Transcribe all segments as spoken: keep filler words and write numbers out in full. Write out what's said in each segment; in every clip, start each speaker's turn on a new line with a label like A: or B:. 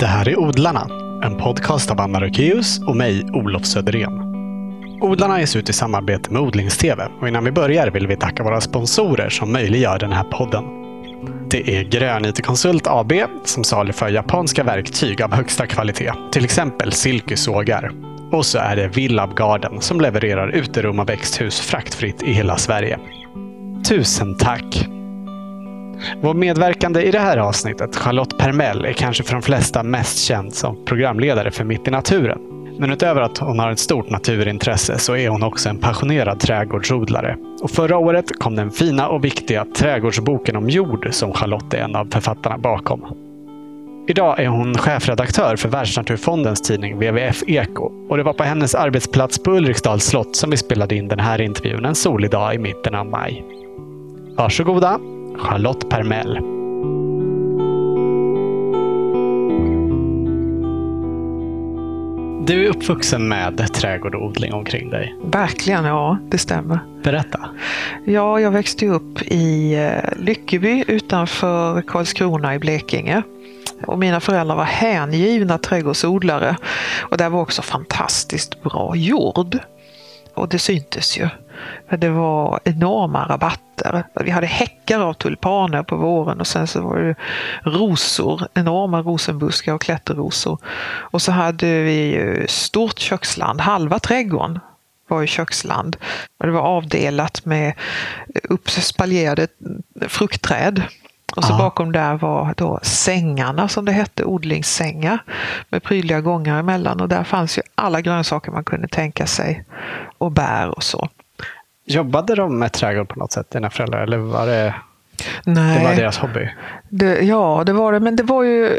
A: Det här är Odlarna, en podcast av Anna Rökeus och mig, Olof Söderén. Odlarna ges ut i samarbete med Odlingstv och innan vi börjar vill vi tacka våra sponsorer som möjliggör den här podden. Det är Grön I T-konsult A B som saluför japanska verktyg av högsta kvalitet, till exempel silkesågar. Och så är det Villab Garden som levererar uterum och växthus fraktfritt i hela Sverige. Tusen tack! Vår medverkande i det här avsnittet, Charlotte Permell, är kanske för de flesta mest känd som programledare för Mitt i naturen. Men utöver att hon har ett stort naturintresse så är hon också en passionerad trädgårdsodlare. Och förra året kom den fina och viktiga trädgårdsboken om jord som Charlotte är en av författarna bakom. Idag är hon chefredaktör för Världsnaturfondens tidning W W F Eko. Och det var på hennes arbetsplats på Ulriksdals slott som vi spelade in den här intervjun en solig dag i mitten av maj. Varsågoda, Charlotte Permell. Du är uppvuxen med trädgård och odling omkring dig.
B: Verkligen, ja, det stämmer.
A: Berätta.
B: Ja, jag växte upp i Lyckeby utanför Karlskrona i Blekinge. Och mina föräldrar var hängivna trädgårdsodlare. Och det var också fantastiskt bra jord. Och det syntes ju. För det var enorma rabatter. Vi hade häckar av tulpaner på våren och sen så var det rosor, enorma rosenbuskar och klätterrosor. Och så hade vi ju stort köksland, halva trädgården var ju köksland. Och det var avdelat med uppspaljerade fruktträd. Och så Aha. bakom där var då sängarna som det hette, odlingssängar med prydliga gångar emellan. Och där fanns ju alla grönsaker man kunde tänka sig och bär och så.
A: Jobbade de med trädgård på något sätt, dina föräldrar? Eller var det,
B: Nej.
A: det var deras hobby?
B: Det, ja, det var det. Men det var ju,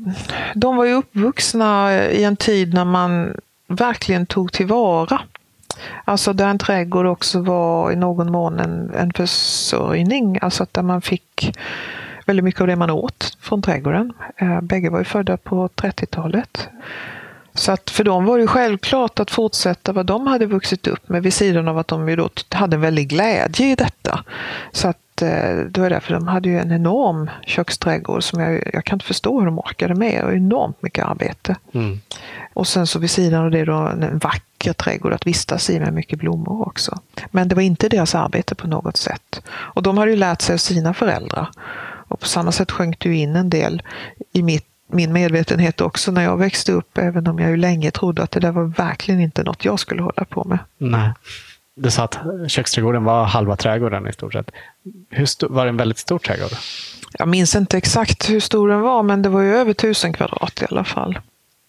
B: de var ju uppvuxna i en tid när man verkligen tog tillvara. Alltså där en trädgård också var i någon mån en, en försörjning. Alltså att där man fick väldigt mycket av det man åt från trädgården. Bägge var ju födda på trettiotalet. Så att för dem var det självklart att fortsätta vad de hade vuxit upp med vid sidan av att de ju då hade en väldig glädje i detta. Så att då är det för de hade ju en enorm köksträdgård som jag, jag kan inte förstå hur de orkade med och enormt mycket arbete. Mm. Och sen så vid sidan av det då en vacker trädgård att vistas i med mycket blommor också. Men det var inte deras arbete på något sätt. Och de hade ju lärt sig av sina föräldrar. Och på samma sätt sjönk du in en del i mitt min medvetenhet också när jag växte upp, även om jag ju länge trodde att det där var verkligen inte något jag skulle hålla på med.
A: Nej. Du sa att köksträdgården var halva trädgården i stort sett. Hur stor, var det en väldigt stor trädgård?
B: Jag minns inte exakt hur stor den var, men det var ju över tusen kvadrat i alla fall.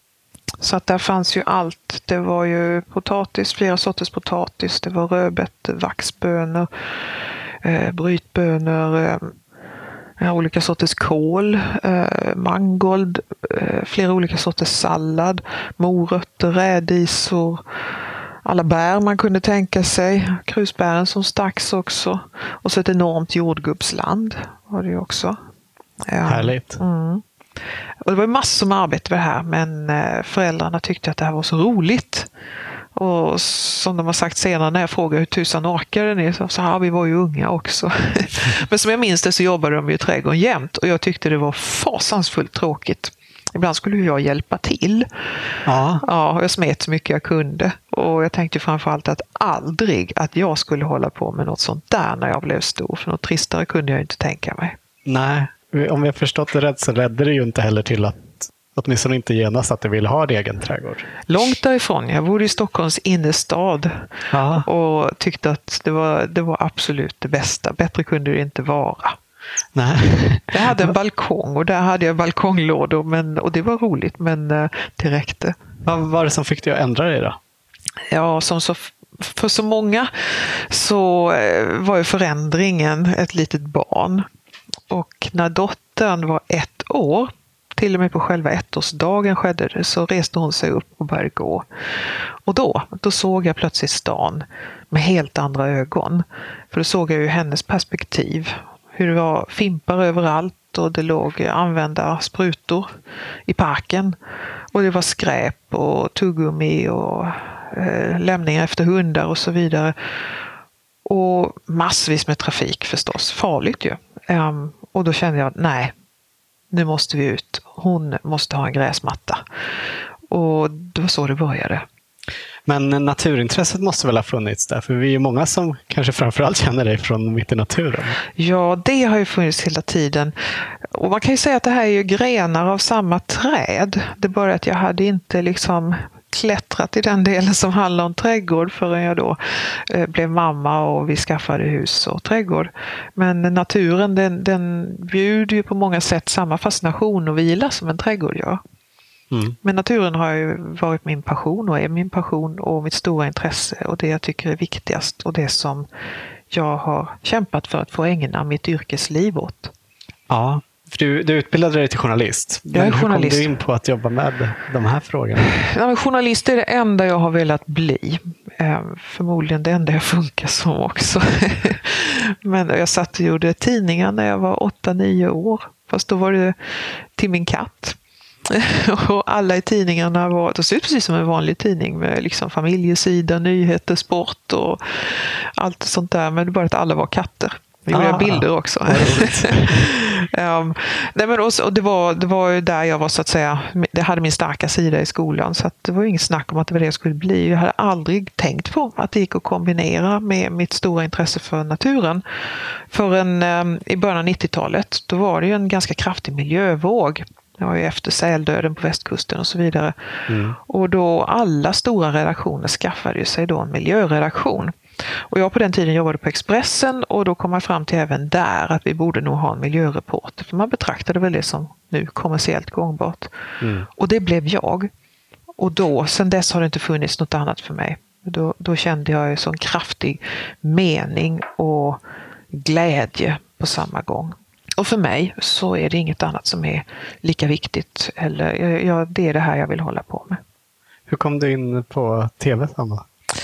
B: Så att där fanns ju allt. Det var ju potatis, flera sorters potatis. Det var rödbete, vaxbönor, eh, brytbönor, eh, Ja, olika sorters kål, eh, mangold, eh, flera olika sorters sallad, morötter, rädisor, alla bär man kunde tänka sig, krusbären som stacks också, och så ett enormt jordgubbsland var det ju också. Ja.
A: Härligt.
B: Mm. Och det var massor med arbete med det här, men eh, föräldrarna tyckte att det här var så roligt. Och som de har sagt senare när jag frågar hur tusan orkade ni, så sa ja, vi var ju unga också. Men som jag minns det så jobbade de ju i trädgården jämt och jag tyckte det var fasansfullt tråkigt. Ibland skulle jag hjälpa till. Ja. Ja, och jag smet så mycket jag kunde. Och jag tänkte framförallt att aldrig att jag skulle hålla på med något sånt där när jag blev stor. För något tristare kunde jag inte tänka mig.
A: Nej, om jag förstått det rätt så ledde det ju inte heller till att åtminstone inte genast att du ville ha en egen trädgård.
B: Långt därifrån. Jag bodde i Stockholms innerstad Aha. och tyckte att det var, det var absolut det bästa. Bättre kunde det inte vara. Nej. Jag hade en balkong och där hade jag balkonglådor men, och det var roligt, men det räckte.
A: Vad var det som fick dig att ändra dig då?
B: Ja, som så, för så många så var ju förändringen ett litet barn. Och när dottern var ett år, till och med på själva ettårsdagen skedde det, så reste hon sig upp och började gå. Och då, då såg jag plötsligt stan med helt andra ögon. För då såg jag ju hennes perspektiv. Hur det var fimpar överallt och det låg använda sprutor i parken. Och det var skräp och tuggummi och eh, lämningar efter hundar och så vidare. Och massvis med trafik förstås. Farligt ju. Um, och då kände jag, nej, nu måste vi ut. Hon måste ha en gräsmatta. Och det var så det började.
A: Men naturintresset måste väl ha funnits där? För vi är ju många som kanske framförallt känner dig från mitt i naturen.
B: Ja, det har ju funnits hela tiden. Och man kan ju säga att det här är ju grenar av samma träd. Det är bara att jag hade inte liksom klättrat i den delen som handlar om trädgård förrän jag då eh, blev mamma och vi skaffade hus och trädgård. Men naturen den, den bjuder ju på många sätt samma fascination och vila som en trädgård gör. Mm. Men naturen har ju varit min passion och är min passion och mitt stora intresse och det jag tycker är viktigast och det som jag har kämpat för att få ägna mitt yrkesliv åt.
A: Ja, för du, du utbildade dig till journalist.
B: Jag är
A: Men hur
B: journalist.
A: kom du in på att jobba med de här frågorna?
B: Ja, men journalist är det enda jag har velat bli. Eh, förmodligen det enda jag funkar som också. Men jag satt och gjorde tidningar när jag var åtta nio år. Fast då var det till min katt. Och alla i tidningarna var, det ser ut precis som en vanlig tidning med liksom familjesida, nyheter, sport och allt sånt där. Men det var bara att alla var katter. Vi gjorde ah, bilder också. um, nej men också, och det, var, det var ju där jag var så att säga, det hade min starka sida i skolan så att det var inget snack om att det var det jag skulle bli. Jag hade aldrig tänkt på att det gick att kombinera med mitt stora intresse för naturen. Förrän um, i början av nittiotalet, då var det ju en ganska kraftig miljövåg. Det var ju efter säldöden på västkusten och så vidare. Mm. Och då alla stora redaktioner skaffade sig då en miljöredaktion. Och jag på den tiden jobbade på Expressen och då kom jag fram till även där att vi borde nog ha en miljöreporter. För man betraktade väl det som nu kommersiellt gångbart. Mm. Och det blev jag. Och då, sen dess har det inte funnits något annat för mig. Då, då kände jag en sån kraftig mening och glädje på samma gång. Och för mig så är det inget annat som är lika viktigt. Eller, ja, det är det här jag vill hålla på med.
A: Hur kom du in på tv då?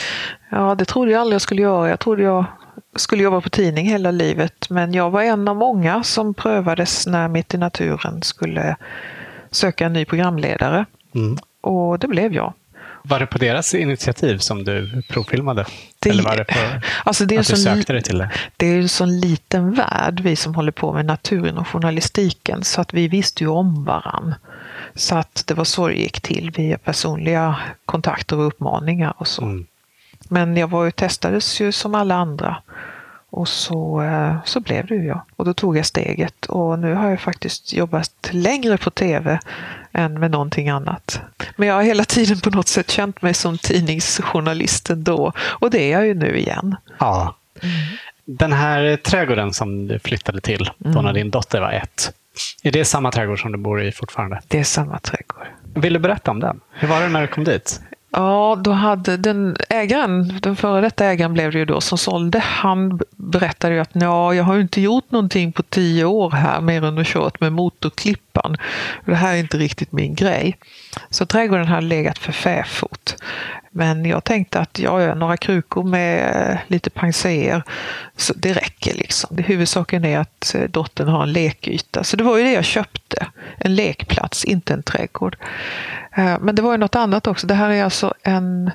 B: Ja, det trodde jag aldrig jag skulle göra. Jag trodde jag skulle jobba på tidning hela livet. Men jag var en av många som prövades när Mitt i naturen skulle söka en ny programledare. Mm. Och det blev jag.
A: Var det på deras initiativ som du provfilmade?
B: Det,
A: Eller var det på
B: alltså det är
A: att du sökte dig till det?
B: Det är en sån liten värld, vi som håller på med naturen och journalistiken. Så att vi visste ju om varann. Så att det var så det gick till via personliga kontakter och uppmaningar och så. Mm. Men jag var ju, testades ju som alla andra. Och så, så blev det ju jag. Och då tog jag steget. Och nu har jag faktiskt jobbat längre på tv än med någonting annat. Men jag har hela tiden på något sätt känt mig som tidningsjournalisten då. Och det är jag ju nu igen.
A: Ja. Mm. Den här trädgården som du flyttade till då mm. när din dotter var ett. Är det samma trädgård som du bor i fortfarande?
B: Det är samma trädgård.
A: Vill du berätta om den? Hur var det när du kom dit?
B: Ja, då hade den ägaren, den före detta ägaren blev det ju då som sålde, han berättade ju att ja, jag har ju inte gjort någonting på tio år här mer än att kört med motorklippan. Det här är inte riktigt min grej. Så trädgården hade legat för fäfot. Men jag tänkte att jag gör några krukor med lite panser, så det räcker liksom. Det huvudsaken är att dottern har en lekyta. Så det var ju det jag köpte. En lekplats, inte en trädgård. Men det var ju något annat också. Det här är alltså en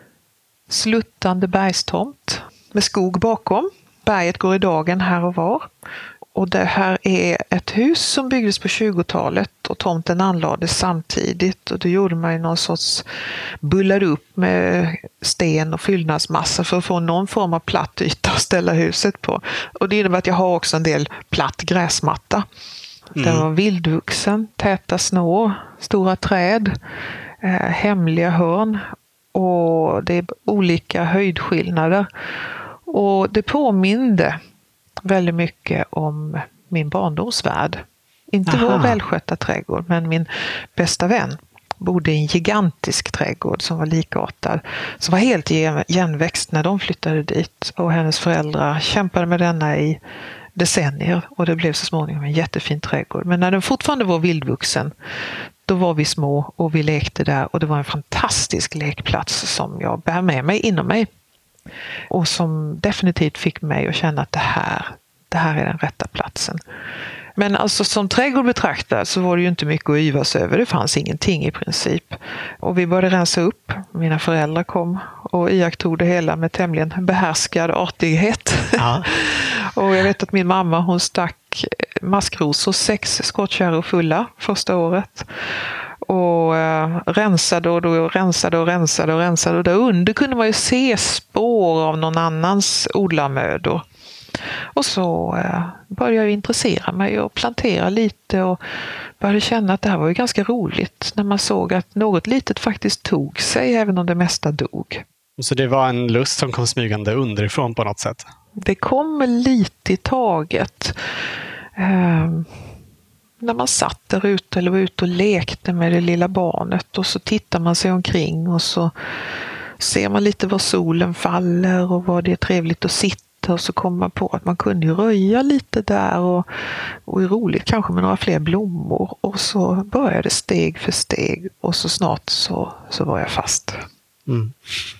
B: sluttande bergstomt med skog bakom. Berget går i dagen här och var. Och det här är ett hus som byggdes på tjugotalet och tomten anlades samtidigt. Och då gjorde man ju någon sorts, bullade upp med sten och fyllnadsmassa för att få någon form av platt yta att ställa huset på. Och det innebär att jag har också en del platt gräsmatta. Mm. Den var vildvuxen, täta snår, stora träd, eh, hemliga hörn och det är olika höjdskillnader. Och det påminde väldigt mycket om min barndomsvärld. Inte Aha. vår välskötta trädgård, men min bästa vän bodde i en gigantisk trädgård som var likartad. Som var helt igenväxt när de flyttade dit. Och hennes föräldrar kämpade med denna i decennier. Och det blev så småningom en jättefin trädgård. Men när den fortfarande var vildvuxen, då var vi små och vi lekte där. Och det var en fantastisk lekplats som jag bär med mig inom mig. Och som definitivt fick mig att känna att det här, det här är den rätta platsen. Men alltså som trädgård betraktad så var det ju inte mycket att yvas över. Det fanns ingenting i princip. Och vi började rensa upp. Mina föräldrar kom och iakttog det hela med tämligen behärskad artighet. Ja. Och jag vet att min mamma, hon stack maskrosor, sex skottkärror fulla första året. Och eh, rensade och då rensade och rensade och rensade. Och där under kunde man ju se spår av någon annans odlarmödor. Och så eh, började jag intressera mig och plantera lite och började känna att det här var ju ganska roligt när man såg att något litet faktiskt tog sig även om det mesta dog.
A: Så det var en lust som kom smygande underifrån på något sätt?
B: Det kom lite i taget. Eh, när man satt där ute eller var ute och lekte med det lilla barnet och så tittar man sig omkring och så ser man lite var solen faller och var det är trevligt att sitta och så kommer man på att man kunde ju röja lite där och, och är roligt kanske med några fler blommor och så började det steg för steg och så snart så, så var jag fast. Mm.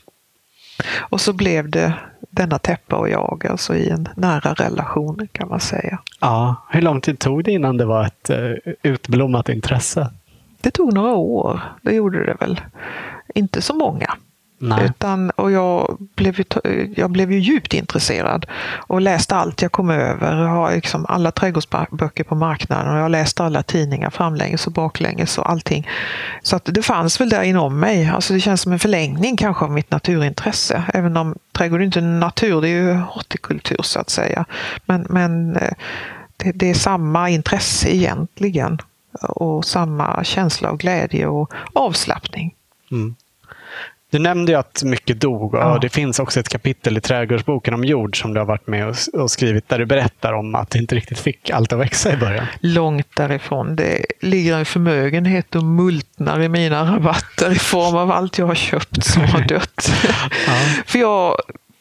B: Och så blev det denna täppa och jag, alltså i en nära relation kan man säga. Ja,
A: hur lång tid tog det innan det var ett uh, utblommat intresse?
B: Det tog några år, det gjorde det väl. Inte så många.
A: Nej.
B: Utan, och jag blev, ju, jag blev ju djupt intresserad och läste allt jag kom över. Jag har liksom alla trädgårdsböcker på marknaden och jag läste alla tidningar framlänges och baklänges och allting. Så att det fanns väl där inom mig. Alltså det känns som en förlängning kanske av mitt naturintresse. Även om trädgård är inte natur, det är ju hortikultur så att säga. Men, men det, det är samma intresse egentligen och samma känsla av glädje och avslappning.
A: Mm. Du nämnde ju att mycket dog och ja. Det finns också ett kapitel i trädgårdsboken om jord som du har varit med och skrivit där du berättar om att det inte riktigt fick allt att växa i början.
B: Långt därifrån. Det ligger en förmögenhet och multnar i mina rabatter i form av allt jag har köpt som har dött. Ja. För jag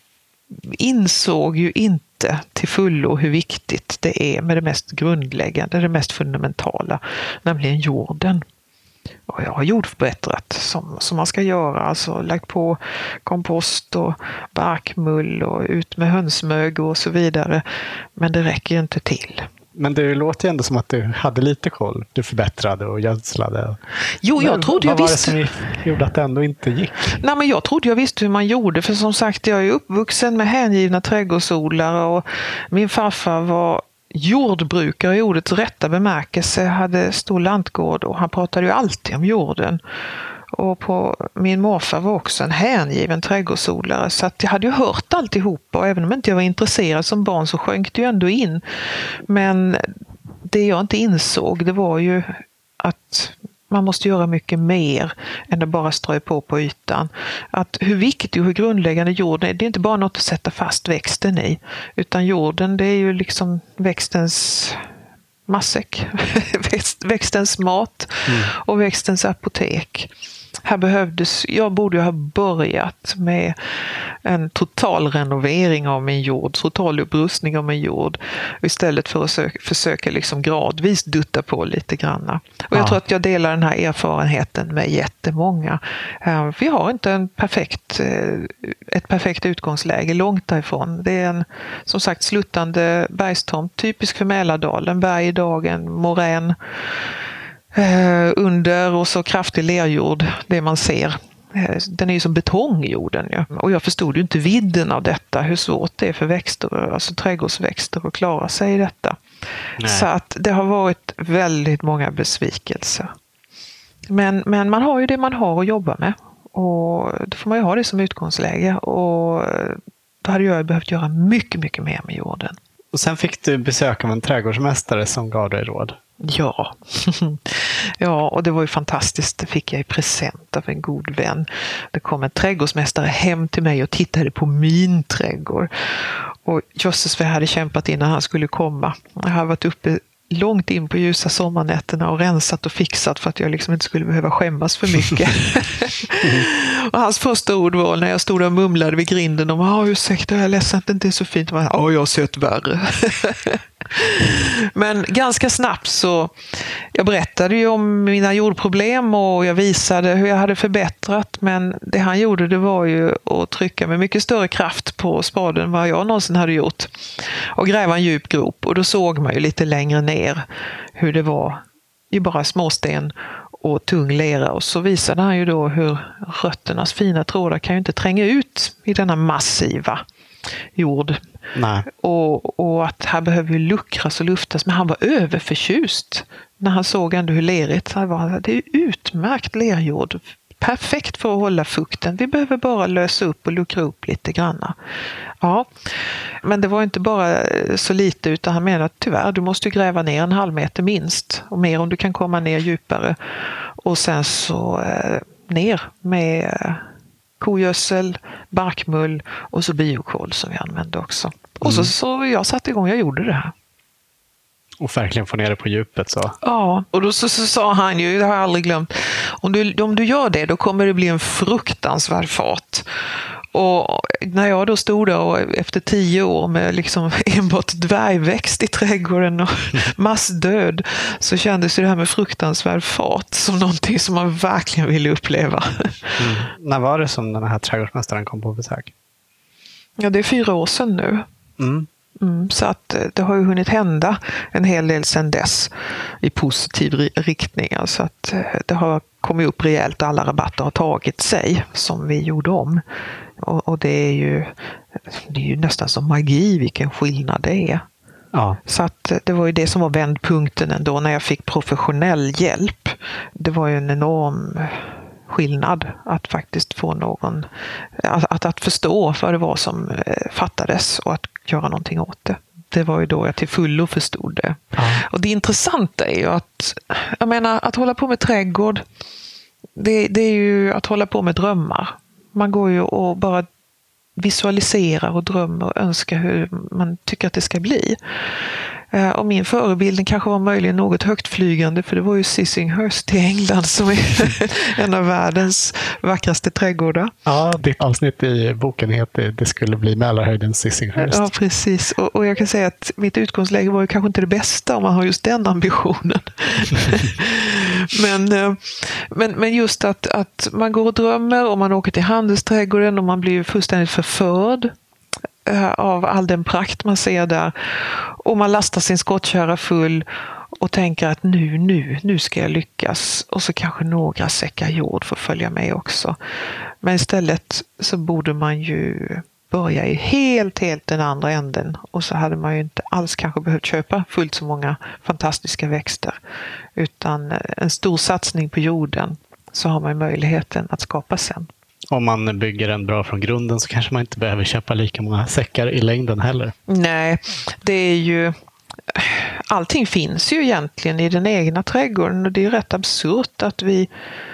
B: insåg ju inte till fullo hur viktigt det är med det mest grundläggande, det mest fundamentala, nämligen jorden. Och jag har jordförbättrat som, som man ska göra, alltså lagt på kompost och barkmull och ut med hönsmög och så vidare. Men det räcker ju inte till.
A: Men det låter ju ändå som att du hade lite koll. Du förbättrade och gödslade.
B: Jo, jag men, trodde jag visste.
A: Vad var det som gjorde att det ändå inte gick?
B: Nej, men jag trodde jag visste hur man gjorde. För som sagt, jag är uppvuxen med hängivna trädgårdsodlare och min farfar var jordbrukare i ordets rätta bemärkelse, hade stor lantgård och han pratade ju alltid om jorden. Och på, min morfar var också en hängiven trädgårdsodlare så att jag hade ju hört alltihopa och även om inte jag var intresserad som barn så sjönk det ju ändå in. Men det jag inte insåg det var ju att man måste göra mycket mer än att bara strö på på ytan. Att hur viktig och hur grundläggande jorden är, det är inte bara något att sätta fast växten i. Utan jorden, det är ju liksom växtens matsäck, växtens mat mm. och växtens apotek. Här behövdes, jag borde ju ha börjat med en total renovering av min jord, total upprustning av min jord istället för att söka, försöka liksom gradvis dutta på lite granna. Och jag ja. tror att jag delar den här erfarenheten med jättemånga. Vi har inte en perfekt, ett perfekt utgångsläge långt därifrån. Det är en som sagt sluttande bergstomt, typisk för Mälardalen, berg i dagen, morän. Uh, under och så kraftig lerjord, det man ser. Uh, den är ju som betongjorden. Ja. Och jag förstod ju inte vidden av detta, hur svårt det är för växter, alltså trädgårdsväxter att klara sig i detta. Nej. Så att det har varit väldigt många besvikelser. Men, men man har ju det man har att jobba med. Och då får man ju ha det som utgångsläge. Och då hade jag behövt göra mycket, mycket mer med jorden.
A: Och sen fick du besök av en trädgårdsmästare som gav dig råd.
B: Ja. ja, och det var ju fantastiskt. Det fick jag i present av en god vän. Det kom en trädgårdsmästare hem till mig och tittade på min trädgård. Och jösses vad jag hade kämpat innan han skulle komma. Jag hade varit uppe långt in på ljusa sommarnätterna och rensat och fixat för att jag liksom inte skulle behöva skämmas för mycket. mm. Och hans första ord var när jag stod och mumlade vid grinden om ah, ursäkta, jag är ledsen att det inte är så fint. Ja, oh, jag har sett värre. Men ganska snabbt så jag berättade ju om mina jordproblem och jag visade hur jag hade förbättrat, men det han gjorde det var ju att trycka med mycket större kraft på spaden än vad jag någonsin hade gjort och gräva en djup grop, och då såg man ju lite längre ner hur det var ju bara småsten och tung lera, och så visade han ju då hur rötternas fina trådar kan ju inte tränga ut i denna massiva jord.
A: Nej.
B: Och, och att här behöver ju luckras och luftas. Men han var överförtjust när han såg ändå hur lerigt det var. Det är utmärkt lerjord. Perfekt för att hålla fukten. Vi behöver bara lösa upp och luckra upp lite granna. Ja, men det var inte bara så lite, utan han menade att tyvärr, du måste gräva ner en halv meter minst. Och mer om du kan komma ner djupare. Och sen så eh, ner med eh, kogödsel, barkmull och så biokol som vi använde också. Mm. Och så, så jag satte igång, jag gjorde det här.
A: Och verkligen få ner det på djupet så.
B: Ja, och då så, så sa han ju, det har jag aldrig glömt, om du, om du gör det då kommer det bli en fruktansvärd fart. Och när jag då stod där och efter tio år med liksom enbart dvärgväxt i trädgården och massdöd, så kändes det här med fruktansvärd fart som någonting som man verkligen ville uppleva.
A: Mm. När var det som den här trädgårdsmästaren kom på besök?
B: Ja, det är fyra år sedan nu.
A: Mm.
B: Mm, så att det har ju hunnit hända en hel del sedan dess i positiv riktning. Alltså att det har kommit upp rejält och alla rabatter har tagit sig som vi gjorde om. Och, och det är ju det är ju nästan som magi vilken skillnad det är.
A: Ja.
B: Så att det var ju det som var vändpunkten ändå när jag fick professionell hjälp. Det var ju en enorm skillnad att faktiskt få någon att, att förstå vad det var som fattades och att göra någonting åt det. Det var ju då jag till fullo förstod det. Ja. Och det intressanta är ju att jag menar att hålla på med trädgård, det, det är ju att hålla på med drömmar. Man går ju och bara visualiserar och drömmer och önskar hur man tycker att det ska bli. Och min förebild kanske var möjligen något högtflygande, för det var ju Sissinghurst i England som är en av världens vackraste trädgårdar.
A: Ja, ditt avsnitt i boken heter Det skulle bli Mälarhöjdens Sissinghurst.
B: Ja, precis. Och, och jag kan säga att mitt utgångsläge var ju kanske inte det bästa om man har just den ambitionen. men, men, men just att, att man går och drömmer och man åker till handelsträdgården och man blir fullständigt förförd av all den prakt man ser där. Och man lastar sin skottkärra full och tänker att nu, nu, nu ska jag lyckas. Och så kanske några säckar jord får följa med också. Men istället så borde man ju börja i helt, helt den andra änden. Och så hade man ju inte alls kanske behövt köpa fullt så många fantastiska växter. Utan en stor satsning på jorden, så har man möjligheten att skapa sen.
A: Om man bygger den bra från grunden så kanske man inte behöver köpa lika många säckar i längden heller.
B: Nej, det är ju... Allting finns ju egentligen i den egna trädgården och det är rätt absurt att vi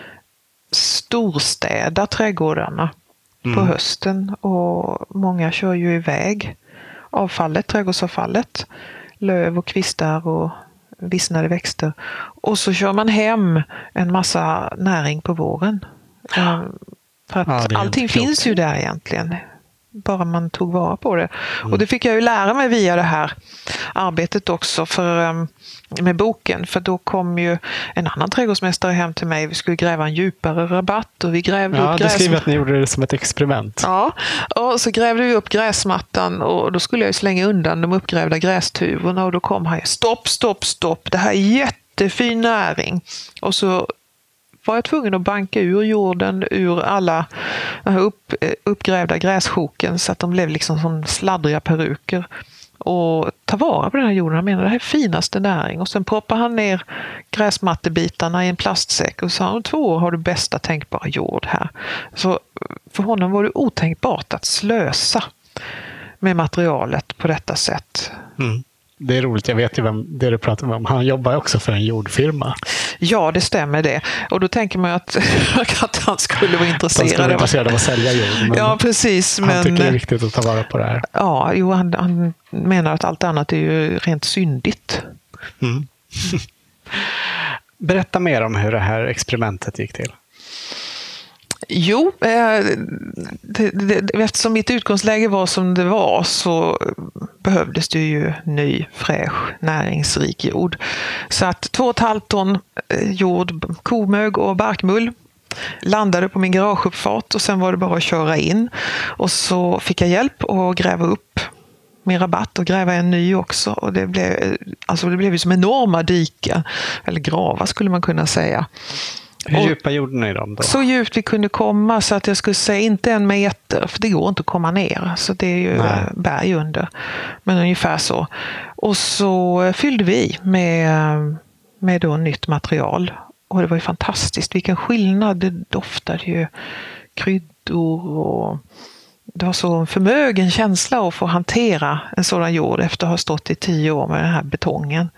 B: storstädar trädgårdarna mm. på hösten och många kör ju iväg avfallet, trädgårdsavfallet, löv och kvistar och vissnade växter. Och så kör man hem en massa näring på våren. Ja. För att ja, allting finns ju där egentligen. Bara man tog vara på det. Mm. Och det fick jag ju lära mig via det här arbetet också för, med boken. För då kom ju en annan trädgårdsmästare hem till mig. Vi skulle gräva en djupare rabatt och vi grävde
A: ja,
B: upp
A: gräsmattan. Du skriver att ni gjorde det som ett experiment.
B: Ja, och så grävde vi upp gräsmattan och då skulle jag slänga undan de uppgrävda grästuvorna och då kom han. Stopp, stopp, stopp. Det här är jättefin näring. Och så var jag tvungen att banka ur jorden ur alla upp, uppgrävda grässjoken så att de blev liksom som sladdriga peruker. Och ta vara på den här jorden. Han menar det här är finaste näring. Och sen proppar han ner gräsmattebitarna i en plastsäck och sa om två år har du bästa tänkbara jord här. Så för honom var det otänkbart att slösa med materialet på detta sätt.
A: Mm. Det är roligt, jag vet ju vem det du pratar om. Han jobbar också för en jordfirma.
B: Ja, det stämmer det. Och då tänker man att, att han skulle vara intresserad,
A: han skulle vara intresserad av att sälja jord.
B: Ja, precis.
A: Han
B: men,
A: tycker det är viktigt att ta vara på det här.
B: Ja, jo, han, han menar att allt annat är ju rent syndigt.
A: Mm. Berätta mer om hur det här experimentet gick till.
B: Jo, eh, det, det, eftersom mitt utgångsläge var som det var så behövdes det ju ny, fräsch, näringsrik jord. Så att två och ett halvt ton jord, komög och barkmull landade på min garageuppfart och sen var det bara att köra in. Och så fick jag hjälp att gräva upp min rabatt och gräva en ny också. Och det blev, alltså det blev ju som enorma diken, eller gravar skulle man kunna säga.
A: Hur djupa gjorde ni dem då?
B: Så djupt vi kunde komma, så att jag skulle säga inte en meter, för det går inte att komma ner. Så det är ju Nej. berg under. Men ungefär så. Och så fyllde vi med, med då nytt material. Och det var ju fantastiskt. Vilken skillnad. Det doftade ju kryddor och det var så en förmögen känsla att få hantera en sådan jord efter att ha stått i tio år med den här betongen.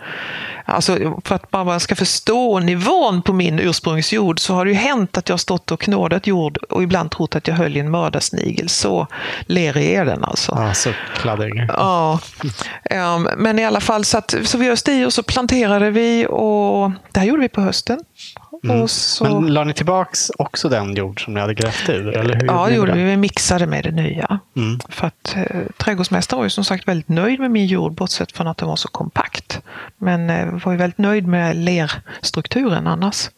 B: Alltså för att bara ska förstå nivån på min ursprungsjord, så har det ju hänt att jag har stått och knådat jord och ibland trott att jag höll i en mördarsnigel. Så lerig är den alltså.
A: Ja, så kladdig.
B: Ja, um, men i alla fall så, att, så vi öste i och så planterade vi, och det här gjorde vi på hösten.
A: Mm.
B: Och så...
A: Men la ni tillbaks också den jord som ni hade grävt ur? Eller hur
B: ja, det gjorde vi.
A: det?
B: Vi mixade med det nya. Mm. För att eh, trädgårdsmästaren var ju som sagt väldigt nöjd med min jord, bortsett från att den var så kompakt. Men eh, var ju väldigt nöjd med lerstrukturen annars.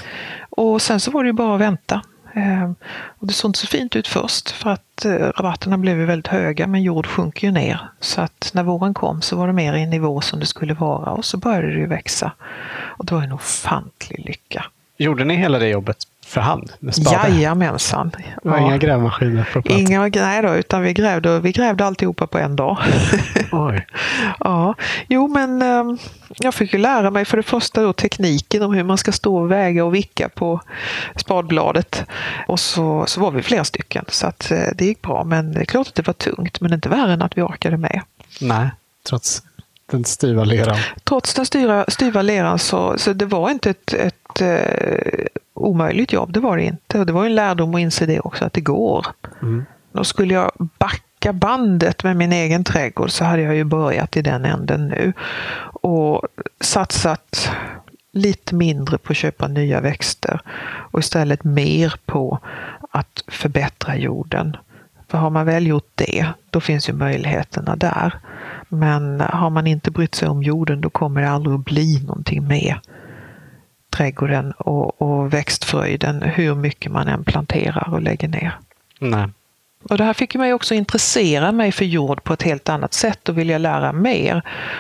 B: Och sen så var det ju bara att vänta. Eh, och det såg inte så fint ut först, för att eh, rabatterna blev ju väldigt höga, men jord sjunker ju ner. Så att när våren kom så var det mer i nivå som det skulle vara, och så började det ju växa. Och det var en ofantlig lycka.
A: Gjorde ni hela det jobbet för hand? Med spade?
B: Jajamensan.
A: Det var ja. inga grävmaskiner på plats?
B: Inga, nej då, utan vi grävde, vi grävde alltihopa på en dag.
A: Oj.
B: Ja, jo men um, jag fick ju lära mig för det första då tekniken om hur man ska stå och väga och vicka på spadbladet. Och så, så var vi flera stycken, så att uh, det gick bra. Men det är klart att det var tungt, men inte värre än att vi orkade med.
A: Nej, trots den styva leran.
B: Trots den styva, styva leran så, så det var inte ett, ett eh, omöjligt jobb, det var det inte. Och det var en lärdom att inse det också, att det går. Mm. Då skulle jag backa bandet med min egen trädgård, så hade jag ju börjat i den änden nu. Och satsat lite mindre på att köpa nya växter och istället mer på att förbättra jorden. För har man väl gjort det, då finns ju möjligheterna där. Men har man inte brytt sig om jorden, då kommer det aldrig att bli någonting med trädgården och, och växtfröjden, hur mycket man än planterar och lägger ner.
A: Nej.
B: Och det här fick mig också intressera mig för jord på ett helt annat sätt och vilja lära mer.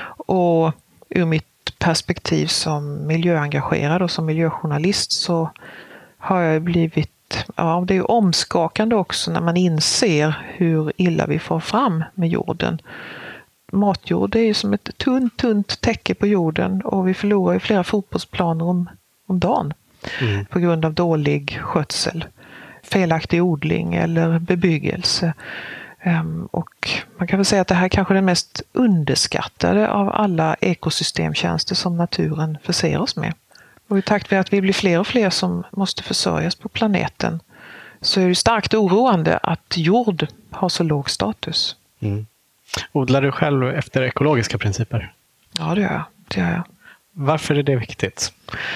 B: Och ur mitt perspektiv som miljöengagerad och som miljöjournalist så har jag blivit, ja, det är omskakande också när man inser hur illa vi får fram med jorden. Matjord är ju som ett tunt, tunt täcke på jorden, och vi förlorar ju flera fotbollsplaner om, om dagen mm. på grund av dålig skötsel, felaktig odling eller bebyggelse. Um, och man kan väl säga att det här är kanske är den mest underskattade av alla ekosystemtjänster som naturen förser oss med. Och i takt med att vi blir fler och fler som måste försörjas på planeten, så är det starkt oroande att jord har så låg status.
A: Mm. Odlar du själv efter ekologiska principer?
B: Ja, det gör jag. Det gör jag.
A: Varför är det viktigt?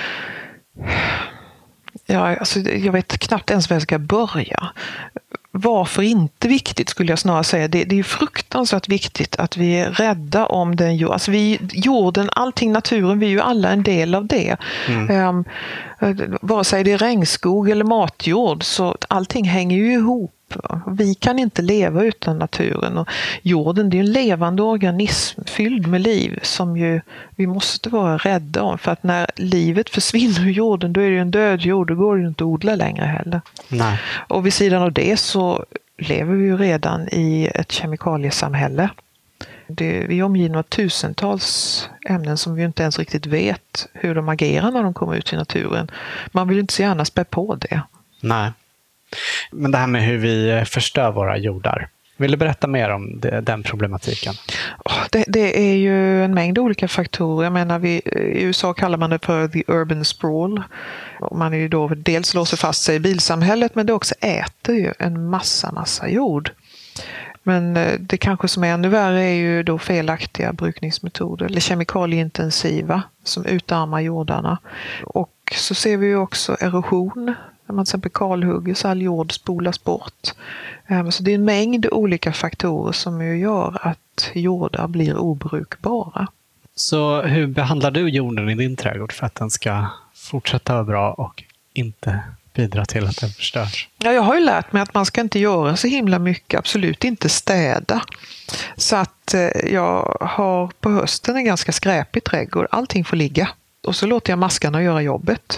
B: Ja, alltså, jag vet knappt ens var jag ska börja. Varför inte viktigt skulle jag snarare säga. Det, det är ju fruktansvärt viktigt att vi är rädda om den jorden. Alltså vi, jorden, allting naturen, vi är ju alla en del av det. Mm. Um, vare sig det är regnskog eller matjord, så allting hänger ju ihop. Vi kan inte leva utan naturen, och jorden, det är en levande organism fylld med liv som ju vi måste vara rädda om, för att när livet försvinner ur jorden, då är det en död jord, då går det inte att odla längre heller.
A: Nej.
B: Och vid sidan av det så lever vi ju redan i ett kemikaliesamhälle. Det, vi är omgivna av tusentals ämnen som vi inte ens riktigt vet hur de agerar när de kommer ut i naturen. Man vill inte så gärna spä på det.
A: Nej. Men det här med hur vi förstör våra jordar. Vill du berätta mer om det, den problematiken?
B: Det, det är ju en mängd olika faktorer. Jag menar, vi, i U S A kallar man det för the urban sprawl. Man är ju då dels låser fast sig i bilsamhället, men det också äter ju en massa, massa jord. Men det kanske som är ännu värre är ju då felaktiga brukningsmetoder eller kemikalieintensiva som utarmar jordarna. Och så ser vi ju också erosion. När man till exempel kalhugger så all jord spolas bort. Så det är en mängd olika faktorer som ju gör att jordar blir obrukbara.
A: Så hur behandlar du jorden i din trädgård för att den ska fortsätta vara bra och inte bidra till att den förstörs?
B: Ja, jag har ju lärt mig att man ska inte göra så himla mycket, absolut inte städa. Så att jag har på hösten en ganska skräpig trädgård. Allting får ligga. Och så låter jag maskarna göra jobbet.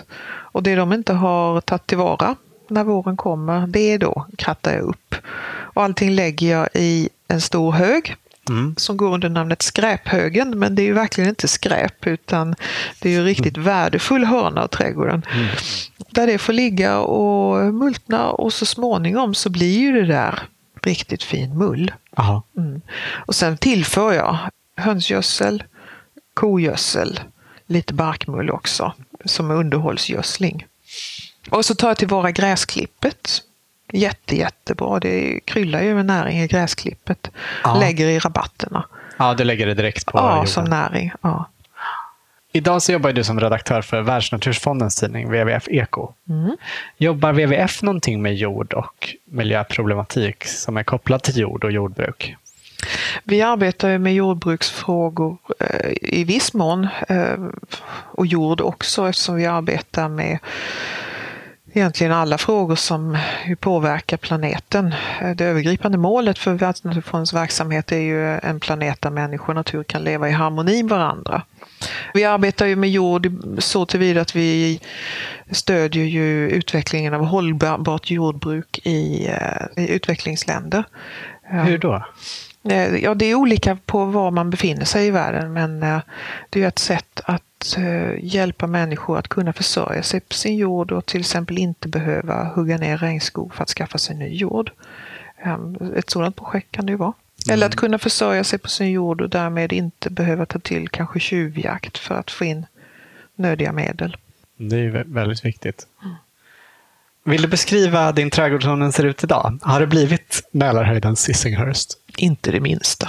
B: Och det de inte har tagit tillvara när våren kommer, det då krattar jag upp. Och allting lägger jag i en stor hög mm. som går under namnet skräphögen. Men det är ju verkligen inte skräp, utan det är ju riktigt mm. värdefull hörna av trädgården. Mm. Där det får ligga och multna, och så småningom så blir ju det där riktigt fin mull.
A: Aha.
B: Mm. Och sen tillför jag hönsgödsel, kogödsel, lite barkmull också som underhållsgödsling. Och så tar jag tillvara gräsklippet. Jätte, jättebra. Det kryllar ju med näring i gräsklippet. Ja. Lägger i rabatterna.
A: Ja, du lägger det direkt på
B: Ja,
A: jorden.
B: som näring. Ja.
A: Idag så jobbar du som redaktör för Världsnaturfondens tidning W W F Eko. Mm. Jobbar W W F någonting med jord och miljöproblematik som är kopplad till jord och jordbruk?
B: Vi arbetar med jordbruksfrågor eh, i viss mån eh, och jord också, eftersom vi arbetar med egentligen alla frågor som påverkar planeten. Det övergripande målet för Världsnaturfondens verksamhet är ju en planet där människor och natur kan leva i harmoni med varandra. Vi arbetar ju med jord så tillvida att vi stödjer ju utvecklingen av hållbart jordbruk i, i utvecklingsländer.
A: Hur då?
B: Ja, det är olika på var man befinner sig i världen, men det är ett sätt att hjälpa människor att kunna försörja sig på sin jord och till exempel inte behöva hugga ner regnskog för att skaffa sig ny jord. Ett sådant projekt kan det ju vara. Mm. Eller att kunna försörja sig på sin jord och därmed inte behöva ta till kanske tjuvjakt för att få in nödiga medel.
A: Det är ju väldigt viktigt. Mm. Vill du beskriva din trädgård som den ser ut idag? Har det blivit Mälarhöjdens Sissinghurst?
B: Inte det minsta.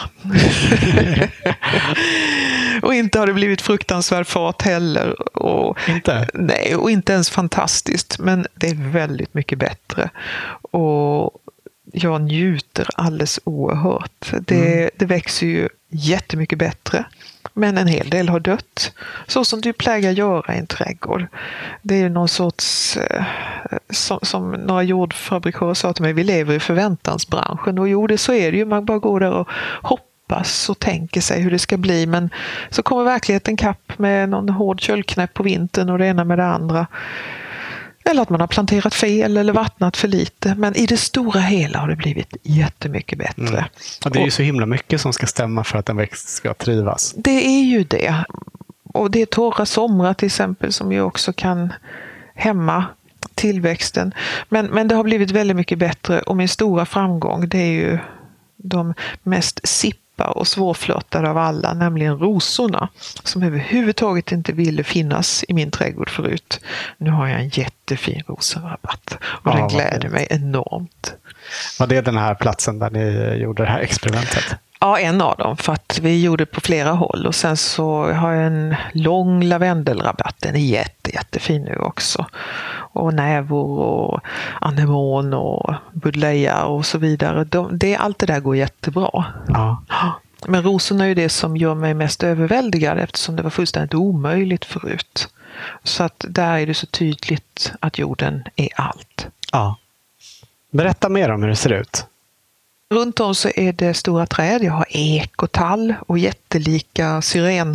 B: Och inte har det blivit fruktansvärd fart heller. Och,
A: inte?
B: Nej, och inte ens fantastiskt. Men det är väldigt mycket bättre. Och jag njuter alldeles oerhört. Det, mm. det växer ju jättemycket bättre. Men en hel del har dött. Så som du plägar göra i en trädgård. Det är ju någon sorts, eh, som, som några jordfabrikörer sa till mig, vi lever i förväntansbranschen. Och jo, det så är det ju. Man bara går där och hoppas och tänker sig hur det ska bli. Men så kommer verkligheten kapp med någon hård köldknäpp på vintern och det ena med det andra. Eller att man har planterat fel eller vattnat för lite. Men i det stora hela har det blivit jättemycket bättre. Mm.
A: Och det är ju så himla mycket som ska stämma för att en växt ska trivas.
B: Det är ju det. Och det är torra somrar till exempel som ju också kan hämma tillväxten. Men, men det har blivit väldigt mycket bättre. Och min stora framgång, det är ju de mest sippa och svårflörtade av alla, nämligen rosorna, som överhuvudtaget inte ville finnas i min trädgård förut. Nu har jag en jättefin rosenrabatt och ja, den gläder mig enormt.
A: Var det den här platsen där ni gjorde det här experimentet?
B: Ja, en av dem, för att vi gjorde på flera håll. Och sen så har jag en lång lavendelrabatt. Den är jätte, jättefin nu också. Och nävor och anemon och buddleia och så vidare. De, det, allt det där går jättebra. Ja. Men rosorna är ju det som gör mig mest överväldigad, eftersom det var fullständigt omöjligt förut. Så att där är det så tydligt att jorden är allt. Ja.
A: Berätta mer om hur det ser ut.
B: Runt om så är det stora träd. Jag har ek och tall och jättelika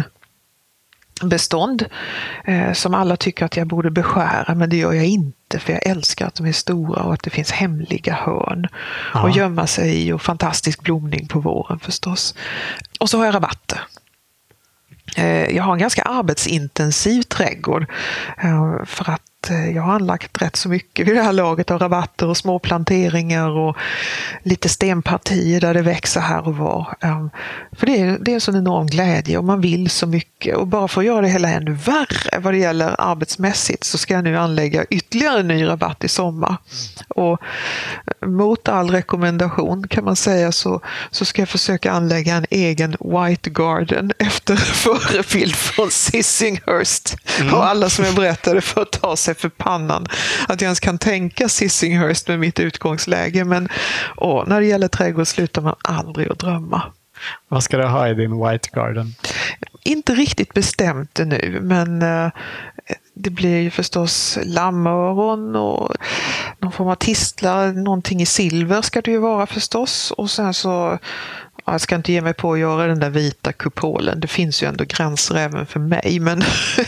B: syrenbestånd eh, som alla tycker att jag borde beskära, men det gör jag inte, för jag älskar att de är stora och att det finns hemliga hörn ja. att gömma sig i, och fantastisk blomning på våren förstås. Och så har jag rabatter. Eh, jag har en ganska arbetsintensiv trädgård eh, för att jag har anlagt rätt så mycket vid det här laget av rabatter och små planteringar och lite stenpartier där det växer här och var. För det är, det är en sån enorm glädje och man vill så mycket. Och bara för att göra det hela ännu värre vad det gäller arbetsmässigt så ska jag nu anlägga ytterligare en ny rabatt i sommar. Och mot all rekommendation kan man säga så, så ska jag försöka anlägga en egen White Garden efter förebild från Sissinghurst. Mm. Och alla som jag berättade för att ta sig för pannan att jag ens kan tänka Sissinghurst med mitt utgångsläge. Men åh, när det gäller trädgård slutar man aldrig att drömma.
A: Vad ska du ha i din White Garden?
B: Inte riktigt bestämt det nu, men eh, det blir ju förstås lammöron och någon form av tistlar, någonting i silver ska det ju vara förstås. Och sen så jag ska inte ge mig på att göra den där vita kupolen. Det finns ju ändå gränser även för mig. Men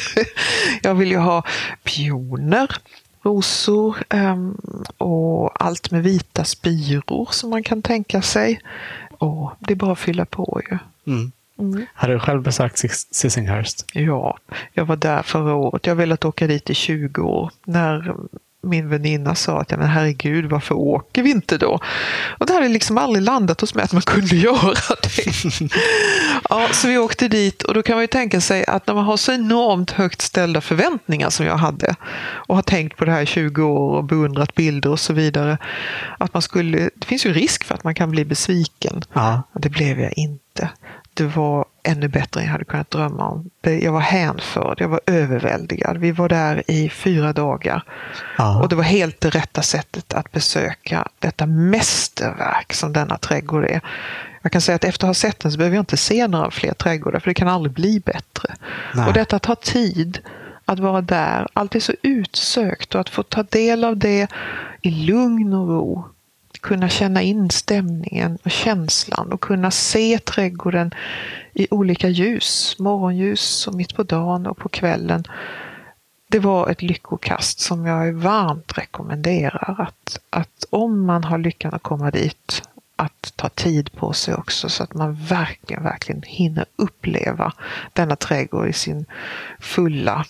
B: jag vill ju ha pioner, rosor um, och allt med vita spiror som man kan tänka sig. Och det är bara att fylla på ju.
A: Mm.
B: Mm.
A: Har du själv besökt Sissinghurst?
B: Ja, jag var där förra året. Jag har velat åka dit i tjugo år. När min väninna sa att ja, men herregud, varför åker vi inte då? Och det hade liksom aldrig landat hos mig att man kunde göra det. Ja, så vi åkte dit och då kan man ju tänka sig att när man har så enormt högt ställda förväntningar som jag hade och har tänkt på det här i tjugo år och beundrat bilder och så vidare, att man skulle, det finns ju risk för att man kan bli besviken.
A: Ja.
B: Det blev jag inte. Det var ännu bättre än jag hade kunnat drömma om. Jag var hänförd, jag var överväldigad. Vi var där i fyra dagar.
A: Ja.
B: Och det var helt det rätta sättet att besöka detta mästerverk som denna trädgård är. Jag kan säga att efter att ha sett den så behöver jag inte se några fler trädgårdar, för det kan aldrig bli bättre.
A: Nej.
B: Och detta tar tid att vara där. Allt är så utsökt, och att få ta del av det i lugn och ro. Kunna känna in stämningen och känslan och kunna se trädgården i olika ljus, morgonljus och mitt på dagen och på kvällen. Det var ett lyckokast som jag varmt rekommenderar, att, att om man har lyckan att komma dit, att ta tid på sig också så att man verkligen, verkligen hinner uppleva denna trädgård i sin fulla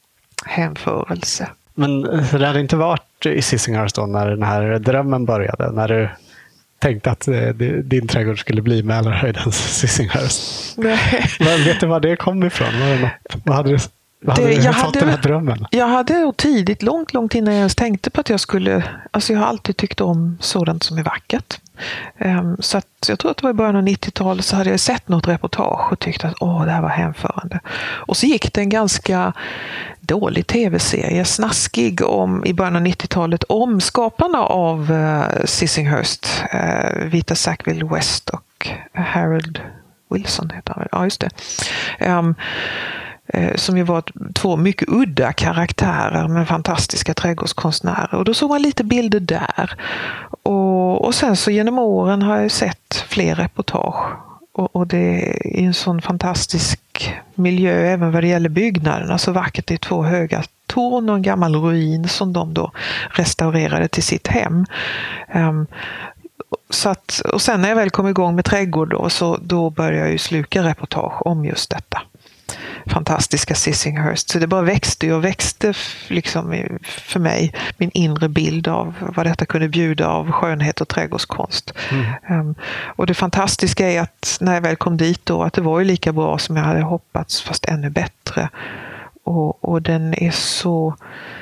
B: hänförelse.
A: Men det hade inte varit i Sissinghurst då när den här drömmen började? När du tänkte att eh, din trädgård skulle bli Mälarhöjdens Sissinghurst?
B: Nej.
A: Men vet du var det kom ifrån? Var det något, vad hade du, vad hade
B: Det,
A: du
B: jag
A: fått
B: hade,
A: den här drömmen?
B: Jag hade tidigt, långt, långt innan jag ens tänkte på att jag skulle... Alltså jag har alltid tyckt om sådant som är vackert. Um, så att jag tror att det var i början av nittiotalet så hade jag sett något reportage och tyckte att åh, det här var hänförande. Och så gick det en ganska dålig tv-serie, snaskig, om, i början av nittiotalet om skaparna av uh, Sissinghurst, uh, Vita Sackville West och Harold Wilson heter han. Ja, just det. Um, som ju var två mycket udda karaktärer med fantastiska trädgårdskonstnärer. Och då såg man lite bilder där. Och, och sen så genom åren har jag sett fler reportage. Och, och det är en sån fantastisk miljö även vad det gäller byggnaderna. Så vackert, det är två höga torn och en gammal ruin som de då restaurerade till sitt hem. Um, Så att, och sen när jag väl kom igång med trädgård då, så då började jag ju sluka reportage om just detta fantastiska Sissinghurst. Så det bara växte och växte liksom för mig, min inre bild av vad detta kunde bjuda av skönhet och trädgårdskonst. Mm. Um, och det fantastiska är att när jag väl kom dit då, att det var ju lika bra som jag hade hoppats, fast ännu bättre. Och, och den är så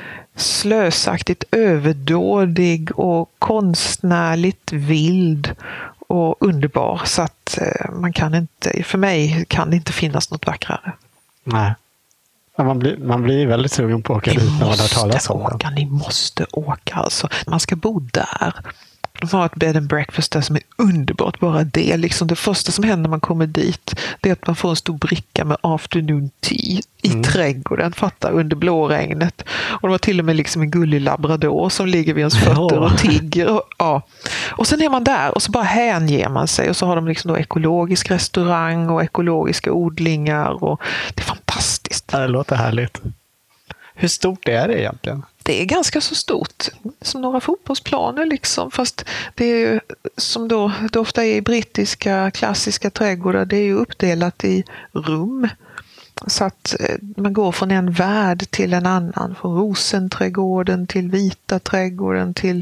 B: slösaktigt överdådig och konstnärligt vild och underbar, så att eh, man kan inte, för mig kan det inte finnas något vackrare.
A: Nej. Man blir, man blir väldigt sugen på att åka dit när man har talat om
B: åka, Ni måste åka alltså. Man ska bo där. De har ett bed and breakfast där som är underbart. Bara det, liksom det första som händer när man kommer dit, det är att man får en stor bricka med afternoon tea i mm. trädgården, fattar, under blåregnet. Och det var till och med liksom en gullig labrador som ligger vid ens fötter och tigger. Och, ja. Och sen är man där och så bara hänger man sig. Och så har de liksom då ekologisk restaurang och ekologiska odlingar. Och det är fantastiskt.
A: Det låter härligt. Hur stort är det egentligen?
B: Det är ganska så stort, som några fotbollsplaner liksom, fast det är ju, som då det ofta är i brittiska klassiska trädgårdar, det är ju uppdelat i rum. Så att man går från en värld till en annan, från rosenträdgården till vita trädgården till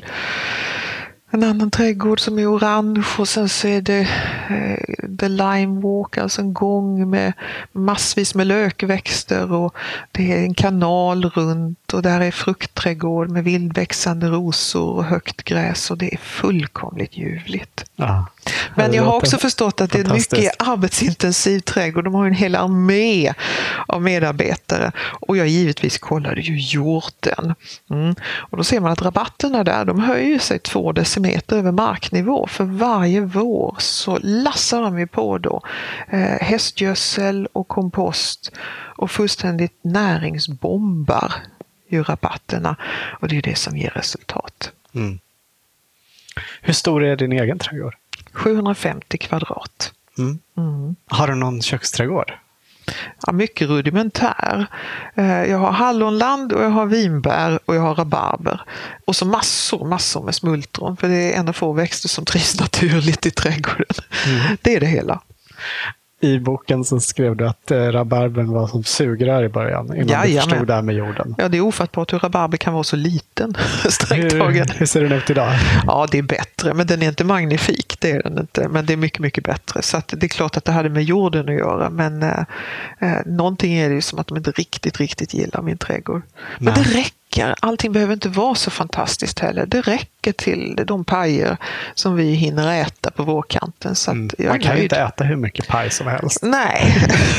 B: en annan trädgård som är orange, och sen så är det eh, The Lime Walk, alltså en gång med massvis med lökväxter, och det är en kanal runt, och där är fruktträdgård med vildväxande rosor och högt gräs, och det är fullkomligt ljuvligt. Ja, men jag har också förstått att det är en mycket arbetsintensiv trädgård. De har ju en hel armé av medarbetare, och jag givetvis kollade ju jorden. Mm. Och då ser man att rabatterna där, de höjer sig två decimeter över marknivå. För varje vår så lassar de ju på då eh, hästgödsel och kompost och fullständigt näringsbombar ju rabatterna, och det är det som ger resultat.
A: Mm. Hur stor är din egen trädgård?
B: sjuhundrafemtio kvadrat.
A: Mm.
B: Mm.
A: Har du någon köksträdgård?
B: Ja, mycket rudimentär. Jag har hallonland och jag har vinbär och jag har rabarber. Och så massor, massor med smultron. För det är en av få växter som trivs naturligt i trädgården. Mm. Det är det hela.
A: I boken så skrev du att eh, rabarbern var som sugrör i början. Innan ja, du förstod ja, men, det här med jorden.
B: Ja, det är ofattbart hur rabarber kan vara så liten. hur,
A: hur ser den ut idag?
B: Ja, det är bättre. Men den är inte magnifik. Det är den inte. Men det är mycket, mycket bättre. Så att det är klart att det hade med jorden att göra. Men eh, någonting är det ju som att de inte riktigt, riktigt gillar min trädgård. Men Nej. det räcker. Allting behöver inte vara så fantastiskt heller. Det räcker till de pajer som vi hinner äta på vårkanten. Så att
A: mm. Man kan ju inte äta hur mycket paj som helst.
B: Nej.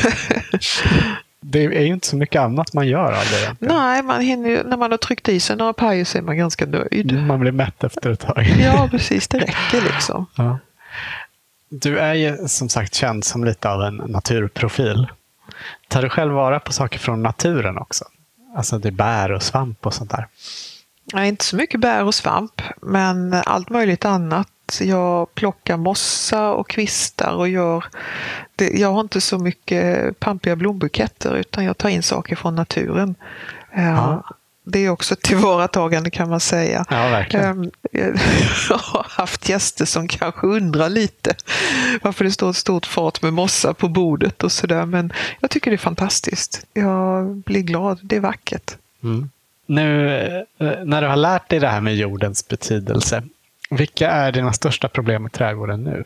A: Det är ju inte så mycket annat man gör av det. Egentligen.
B: Nej, man hinner ju, när man har tryckt i sig några pajer så är man ganska nöjd.
A: Man blir mätt efter ett tag.
B: Ja, precis. Det räcker liksom.
A: Ja. Du är ju som sagt känd som lite av en naturprofil. Tar du själv vara på saker från naturen också? Alltså det är bär och svamp och sånt där.
B: Nej, inte så mycket bär och svamp, men allt möjligt annat. Jag plockar mossa och kvistar och gör... Det, jag har inte så mycket pampiga blombuketter utan jag tar in saker från naturen. Ja. Det är också tillvaratagande kan man säga.
A: Ja, verkligen.
B: Jag har haft gäster som kanske undrar lite varför det står ett stort fat med mossa på bordet och sådär. Men jag tycker det är fantastiskt. Jag blir glad. Det är vackert.
A: Mm. Nu när du har lärt dig det här med jordens betydelse, vilka är dina största problem med trädgården nu?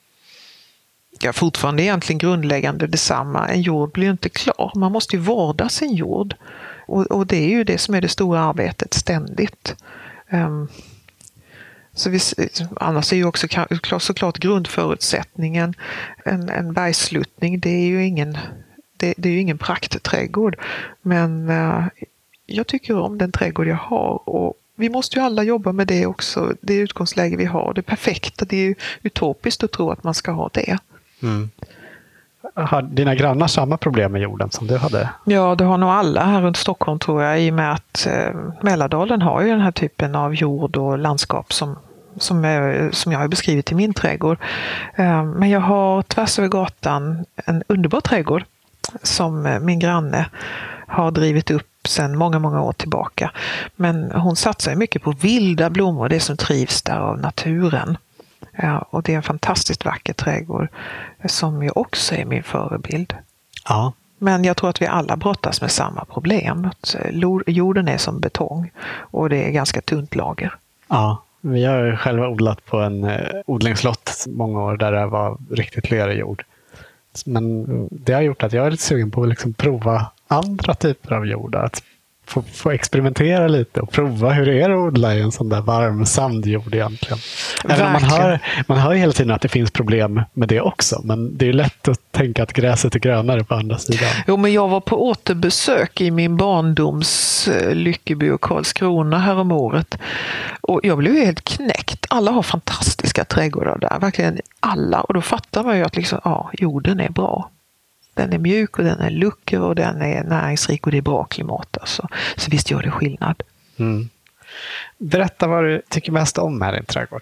B: Ja, fortfarande egentligen grundläggande detsamma. En jord blir inte klar. Man måste ju vårda sin jord. Och, och det är ju det som är det stora arbetet ständigt. Um, så vi, annars är ju också såklart grundförutsättningen en, en bergsluttning. Det är ju ingen, det, det är ju ingen praktträdgård. Men uh, jag tycker om den trädgård jag har. Och vi måste ju alla jobba med det också. Det utgångsläge vi har. Det perfekta. Det är ju utopiskt att tro att man ska ha det.
A: Mm. Har dina grannar samma problem med jorden som du hade?
B: Ja, det har nog alla här runt Stockholm tror jag, i och med att eh, Mälardalen har ju den här typen av jord och landskap som, som, är, som jag har beskrivit i min trädgård. Eh, men jag har tvärs över gatan en underbar trädgård som eh, min granne har drivit upp sedan många, många år tillbaka. Men hon satsar mycket på vilda blommor, det som trivs där av naturen. Ja, och det är en fantastiskt vacker trädgård som ju också är min förebild.
A: Ja.
B: Men jag tror att vi alla brottas med samma problem. Att jorden är som betong och det är ganska tunt lager.
A: Ja, vi har själva odlat på en eh, odlingslott många år där det var riktigt lerig jord. Men det har gjort att jag är lite sugen på att liksom prova andra typer av jord. Att få, få experimentera lite och prova hur det är att odla i en sån där varm sandjord egentligen. Även om man hör, man hör hela tiden att det finns problem med det också. Men det är lätt att tänka att gräset är grönare på andra sidan.
B: Jo, men jag var på återbesök i min barndoms Lyckeby och Karlskrona här om året. Och jag blev helt knäckt. Alla har fantastiska trädgårdar där. Verkligen alla. Och då fattar man ju att liksom, ja, jorden är bra. Den är mjuk och den är lucker och den är näringsrik och det är bra klimat. Alltså. Så visst gör det skillnad.
A: Mm. Berätta vad du tycker mest om här i din trädgård.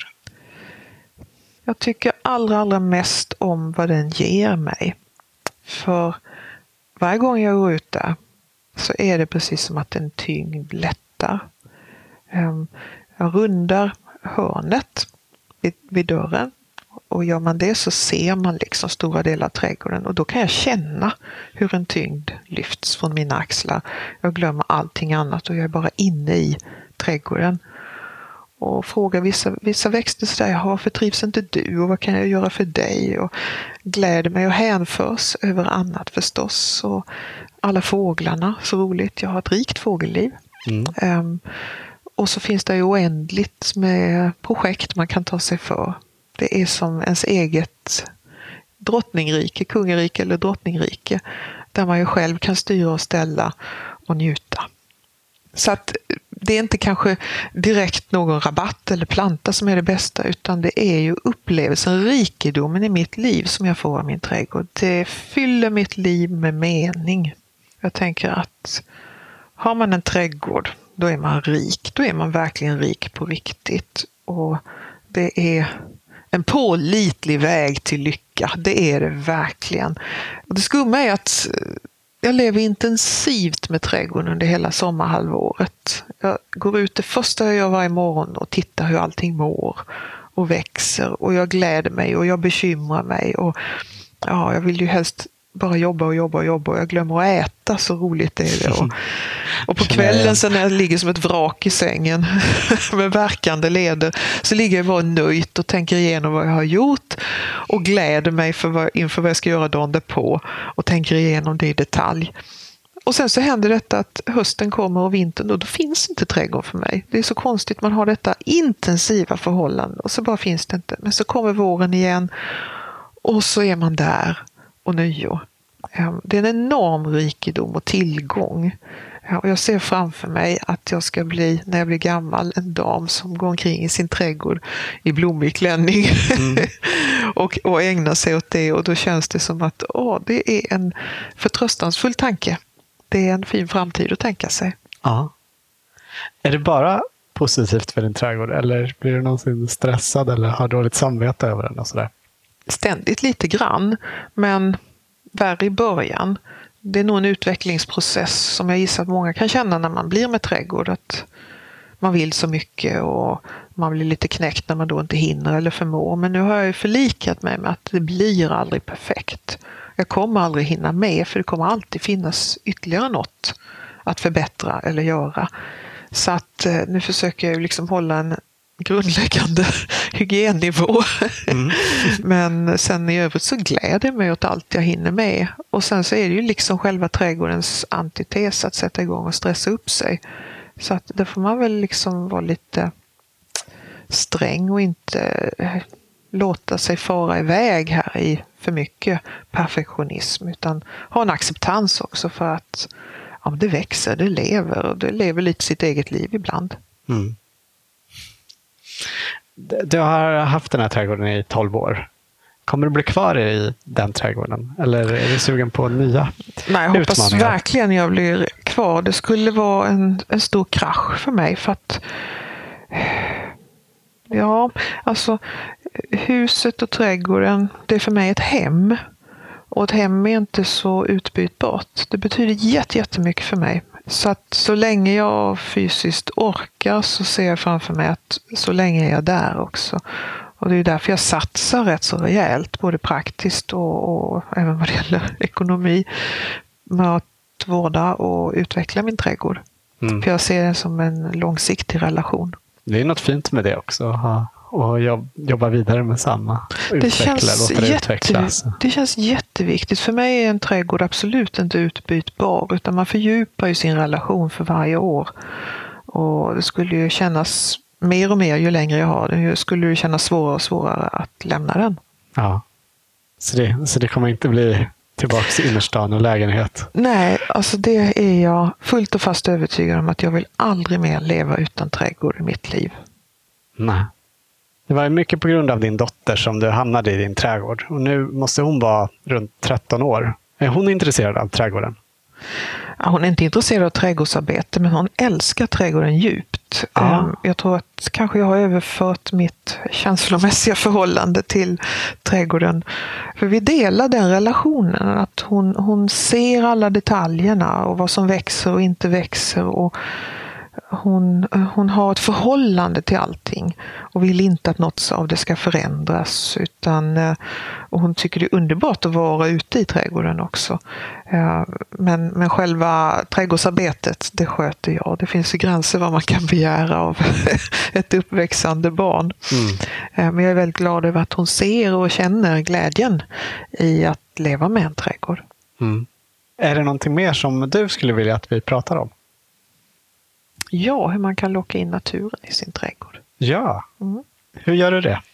B: Jag tycker allra, allra mest om vad den ger mig. För varje gång jag går ut där så är det precis som att en tyngd lättar. Jag rundar hörnet vid, vid dörren. Och gör man det så ser man liksom stora delar av trädgården och då kan jag känna hur en tyngd lyfts från mina axlar. Jag glömmer allting annat och jag är bara inne i trädgården. Och frågar vissa, vissa växter så där, varför trivs inte du och vad kan jag göra för dig? Och gläder mig och hänförs över annat förstås. Och alla fåglarna, så roligt. Jag har ett rikt fågelliv. Mm. Um, och så finns det ju oändligt med projekt man kan ta sig för. Det är som ens eget drottningrike, kungarike eller drottningrike. Där man ju själv kan styra och ställa och njuta. Så att det är inte kanske direkt någon rabatt eller planta som är det bästa. Utan det är ju upplevelsen, rikedomen i mitt liv som jag får av min trädgård. Det fyller mitt liv med mening. Jag tänker att har man en trädgård, då är man rik. Då är man verkligen rik på riktigt. Och det är en pålitlig väg till lycka. Det är det verkligen. Och det skumma är att jag lever intensivt med trädgården under hela sommarhalvåret. Jag går ut det första jag gör varje morgon och tittar hur allting mår och växer. Och jag gläder mig och jag bekymrar mig. Och ja, jag vill ju helst bara jobba och jobba och jobba och jag glömmer att äta, så roligt är det. Och, och på kvällen sen när jag ligger som ett vrak i sängen med verkande leder så ligger jag bara nöjt och tänker igenom vad jag har gjort och gläder mig för vad, inför vad jag ska göra dagen därpå och tänker igenom det i detalj. Och sen så händer detta att hösten kommer och vintern och då finns inte trädgård för mig. Det är så konstigt, man har detta intensiva förhållande och så bara finns det inte. Men så kommer våren igen och så är man där. Och nio. Det är en enorm rikedom och tillgång. Och jag ser framför mig att jag ska bli, när jag blir gammal, en dam som går omkring i sin trädgård i blommig klänning mm. och, och ägnar sig åt det. Och då känns det som att åh, det är en förtröstansfull tanke. Det är en fin framtid att tänka sig.
A: Ja. Är det bara positivt för din trädgård eller blir du någonsin stressad eller har dåligt samvete över den och sådär?
B: Ständigt lite grann, men värre i början. Det är nog en utvecklingsprocess som jag gissar att många kan känna när man blir med trädgård. Att man vill så mycket och man blir lite knäckt när man då inte hinner eller förmår. Men nu har jag ju förlikat mig med att det blir aldrig perfekt. Jag kommer aldrig hinna med för det kommer alltid finnas ytterligare något att förbättra eller göra. Så att nu försöker jag liksom hålla en grundläggande hygiennivå. Mm. Men sen i övrigt så gläder jag mig åt allt jag hinner med. Och sen så är det ju liksom själva trädgårdens antites att sätta igång och stressa upp sig. Så att där får man väl liksom vara lite sträng och inte låta sig fara iväg här i för mycket perfektionism. Utan ha en acceptans också för att ja, det växer, det lever och det lever lite sitt eget liv ibland.
A: Mm. Du har haft den här trädgården i tolv år. Kommer du bli kvar i den trädgården? Eller är du sugen på nya
B: Nej, jag hoppas verkligen jag blir kvar. Det skulle vara en, en stor krasch för mig. För att ja, alltså huset och trädgården, det är för mig ett hem. Och ett hem är inte så utbytbart. Det betyder jätte, jättemycket för mig. Så att så länge jag fysiskt orkar så ser jag framför mig att så länge är jag där också. Och det är därför jag satsar rätt så rejält, både praktiskt och, och även vad det gäller ekonomi, med att vårda och utveckla min trädgård. Mm. För jag ser det som en långsiktig relation. Det
A: är något fint med det också, ha, och jobba vidare med samma.
B: Det känns, det, jätte, det känns jätteviktigt. För mig är en trädgård absolut inte utbytbar, utan man fördjupar ju sin relation för varje år. Och det skulle ju kännas mer och mer ju längre jag har den. Det skulle ju kännas svårare och svårare att lämna den.
A: Ja, så det, så det kommer inte bli tillbaka till innerstan och lägenhet?
B: Nej, alltså det är jag fullt och fast övertygad om att jag vill aldrig mer leva utan trädgård i mitt liv.
A: Nej. Det var mycket på grund av din dotter som du hamnade i din trädgård. Och nu måste hon vara runt tretton år. Är hon intresserad av trädgården?
B: Ja, hon är inte intresserad av trädgårdsarbete, men hon älskar trädgården djupt. Ja. Jag tror att kanske jag har överfört mitt känslomässiga förhållande till trädgården. För vi delar den relationen. Att hon, hon ser alla detaljerna och vad som växer och inte växer. Och Hon, hon har ett förhållande till allting och vill inte att något av det ska förändras, utan och hon tycker det är underbart att vara ute i trädgården också. Men, men själva trädgårdsarbetet, det sköter jag. Det finns ju gränser vad man kan begära av ett uppväxande barn. Mm. Men jag är väldigt glad över att hon ser och känner glädjen i att leva med en trädgård.
A: Mm. Är det någonting mer som du skulle vilja att vi pratar om?
B: Ja, hur man kan locka in naturen i sin trädgård.
A: Ja, mm. Hur gör du det?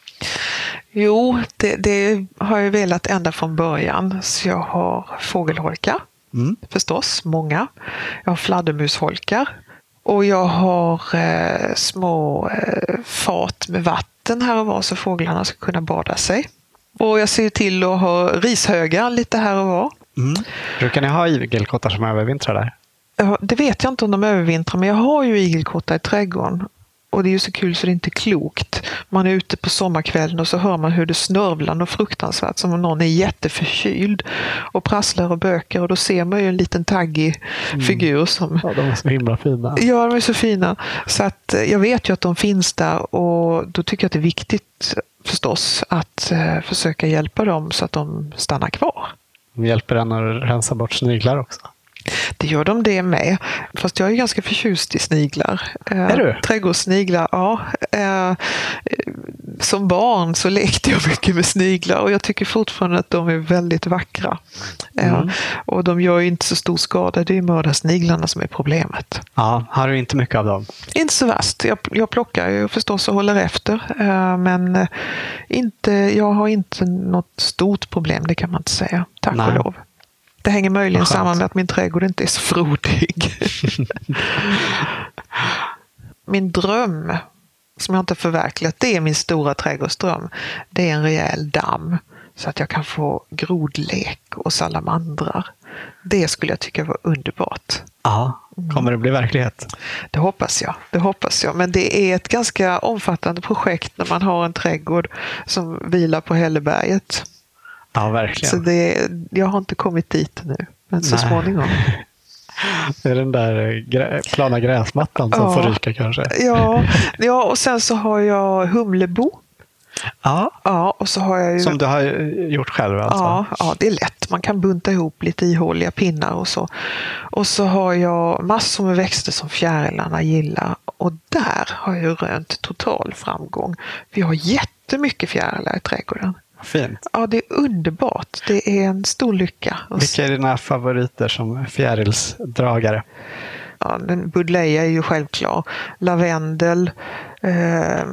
B: Jo, det, det har jag velat ända från början. Så jag har fågelholkar, mm. förstås, många. Jag har fladdermusholkar. Och jag har eh, små eh, fat med vatten här och var så fåglarna ska kunna bada sig. Och jag ser till att ha rishögar lite här och var.
A: Mm. Brukar ni ha igelkottar som övervintrar där?
B: Det vet jag inte om de övervintrar, men jag har ju igelkottar i trädgården. Och det är ju så kul så det är inte klokt. man är ute på sommarkvällen och så hör man hur det snörvlar och fruktansvärt som om någon är jätteförkyld och prasslar och bökar, och då ser man ju en liten taggig mm. figur som...
A: Ja, de är så himla fina.
B: Ja, de är så fina. Så att jag vet ju att de finns där, och då tycker jag att det är viktigt förstås att uh, försöka hjälpa dem så att de stannar kvar.
A: De hjälper en att rensa bort sniglar också.
B: Det gör de det med. Fast jag är ganska förtjust i sniglar.
A: Är du?
B: Trädgårdssniglar, ja. Som barn så lekte jag mycket med sniglar, och jag tycker fortfarande att de är väldigt vackra. Mm. Och de gör ju inte så stor skada. Det är mördarsniglarna som är problemet.
A: Ja, har du inte mycket av dem?
B: Inte så värst. Jag, jag plockar ju förstås och håller efter. Men inte, jag har inte något stort problem, det kan man inte säga. Tack Nej. och lov. Det hänger möjligen samman med att min trädgård inte är så frodig. Min dröm, som jag inte förverkligat, det är min stora trädgårdsdröm. Det är en rejäl damm så att jag kan få grodlek och salamandrar. Det skulle jag tycka var underbart.
A: Ja, kommer det bli verklighet?
B: Det hoppas jag, det hoppas jag. Men det är ett ganska omfattande projekt när man har en trädgård som vilar på Hälleberget.
A: Ja, verkligen.
B: Så det, jag har inte kommit dit nu, men så Nej. småningom.
A: Det är den där grä, plana gräsmattan som ja. får ryka kanske.
B: Ja, ja, och sen så har jag humlebo.
A: Ja.
B: Ja, och så har jag ju...
A: Som du har gjort själv alltså?
B: Ja, ja, det är lätt. Man kan bunta ihop lite ihåliga pinnar och så. Och så har jag massor med växter som fjärilarna gillar. Och där har jag rönt total framgång. Vi har jättemycket fjärilar i trädgården.
A: Fint.
B: Ja, det är underbart. Det är en stor lycka.
A: Vilka är dina favoriter som fjärilsdragare?
B: Ja, den Buddleia är ju självklar. Lavendel. Eh,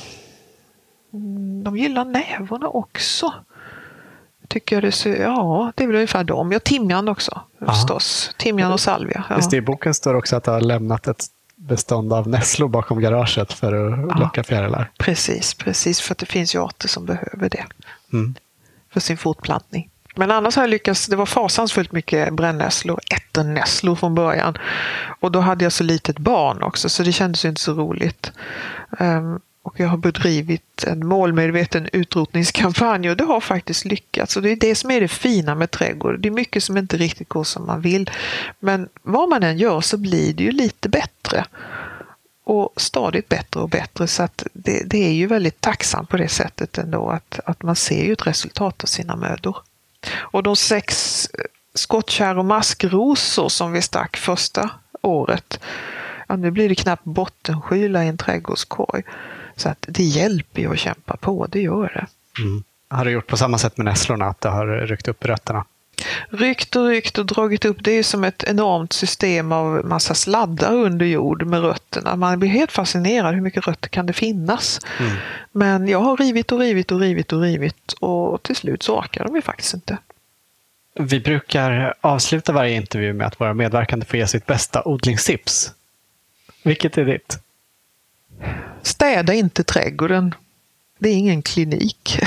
B: de gillar nävorna också. Tycker jag det så, ja, det är väl ungefär dem. Ja, timjan också förstås. Timjan och salvia. Ja.
A: Just det, i boken står också att du har lämnat ett bestånd av nässlor bakom garaget för att ja, locka fjärilar.
B: Precis, precis. För att det finns ju arter som behöver det.
A: Mm.
B: För sin fortplantning. Men annars har jag lyckats, det var fasansfullt mycket brännässlor, ätternässlor från början. Och då hade jag så litet barn också, så det kändes ju inte så roligt. Um, och jag har bedrivit en målmedveten utrotningskampanj, och det har faktiskt lyckats. Och det är det som är det fina med trädgård. Det är mycket som inte riktigt går som man vill. Men vad man än gör så blir det ju lite bättre. Och stadigt bättre och bättre, så att det, det är ju väldigt tacksamt på det sättet ändå, att, att man ser ju ett resultat av sina mödor. Och de sex skottkärr och maskrosor som vi stack första året, ja, nu blir det knappt bottenskyla i en trädgårdskorg. Så att det hjälper ju att kämpa på, det gör det.
A: Mm. Har du gjort på samma sätt med nässlorna, att det har ryckt upp rötterna?
B: Ryckt och ryckt och dragit upp, det är som ett enormt system av massa sladdar under jord med rötterna. Man blir helt fascinerad, hur mycket rötter kan det finnas? Mm. Men jag har rivit och rivit och rivit och rivit, och till slut så orkar de ju faktiskt inte.
A: Vi brukar avsluta varje intervju med att våra medverkande får ge sitt bästa odlingstips. Vilket är ditt?
B: Städa inte trädgården. Det är ingen klinik.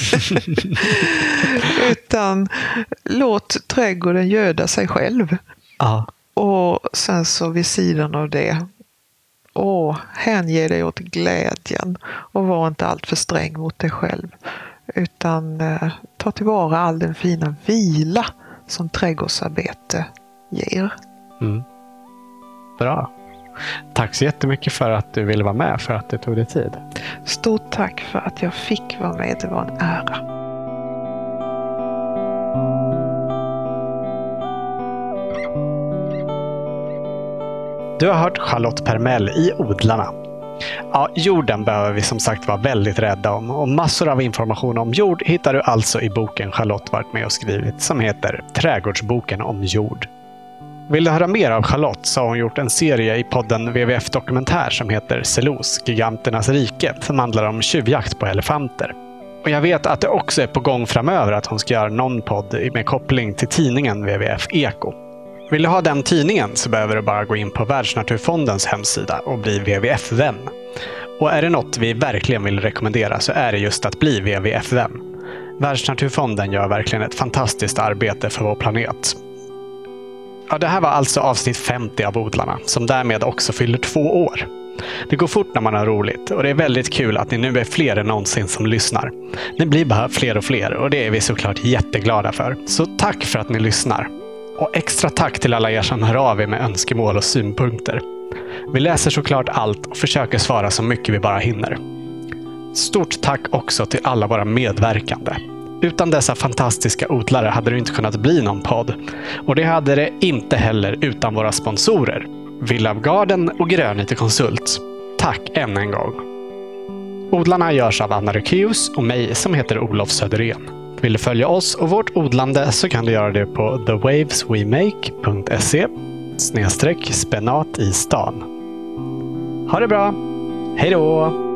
B: Utan låt trädgården göda sig själv.
A: Ja.
B: Och sen så vid sidan av det, åh, hänge dig åt glädjen. Och var inte allt för sträng mot dig själv. Utan eh, ta tillvara all den fina vila som trädgårdsarbete ger.
A: Mm. Bra. Tack så jättemycket för att du ville vara med, för att du tog dig tid.
B: Stort tack för att jag fick vara med. Det var en ära.
A: Du har hört Charlotte Permell i Odlarna. Ja, jorden behöver vi som sagt vara väldigt rädda om, och massor av information om jord hittar du alltså i boken Charlotte varit med och skrivit, som heter Trädgårdsboken om jord. Vill du höra mer av Charlotte, så har hon gjort en serie i podden W W F-dokumentär som heter Selos, Giganternas rike, som handlar om tjuvjakt på elefanter. Och jag vet att det också är på gång framöver att hon ska göra någon podd med koppling till tidningen W W F Eko. Vill du ha den tidningen så behöver du bara gå in på Världsnaturfondens hemsida och bli W W F-vän. Och är det något vi verkligen vill rekommendera så är det just att bli W W F-vän. Världsnaturfonden gör verkligen ett fantastiskt arbete för vår planet. Ja, det här var alltså avsnitt femtio av Odlarna, som därmed också fyller två år. Det går fort när man har roligt och det är väldigt kul att ni nu är fler än någonsin som lyssnar. Ni blir bara fler och fler och det är vi såklart jätteglada för. Så tack för att ni lyssnar. Och extra tack till alla er som hör av er med önskemål och synpunkter. Vi läser såklart allt och försöker svara så mycket vi bara hinner. Stort tack också till alla våra medverkande. Utan dessa fantastiska odlare hade det inte kunnat bli någon podd. Och det hade det inte heller utan våra sponsorer. Villa Garden och Grönyte Konsult. Tack än en gång. Odlarna görs av Anna Rökeus och mig som heter Olof Söderén. Vill du följa oss och vårt odlande så kan du göra det på the waves we make punkt se snedstreck spenat i stan. Ha det bra. Hej då!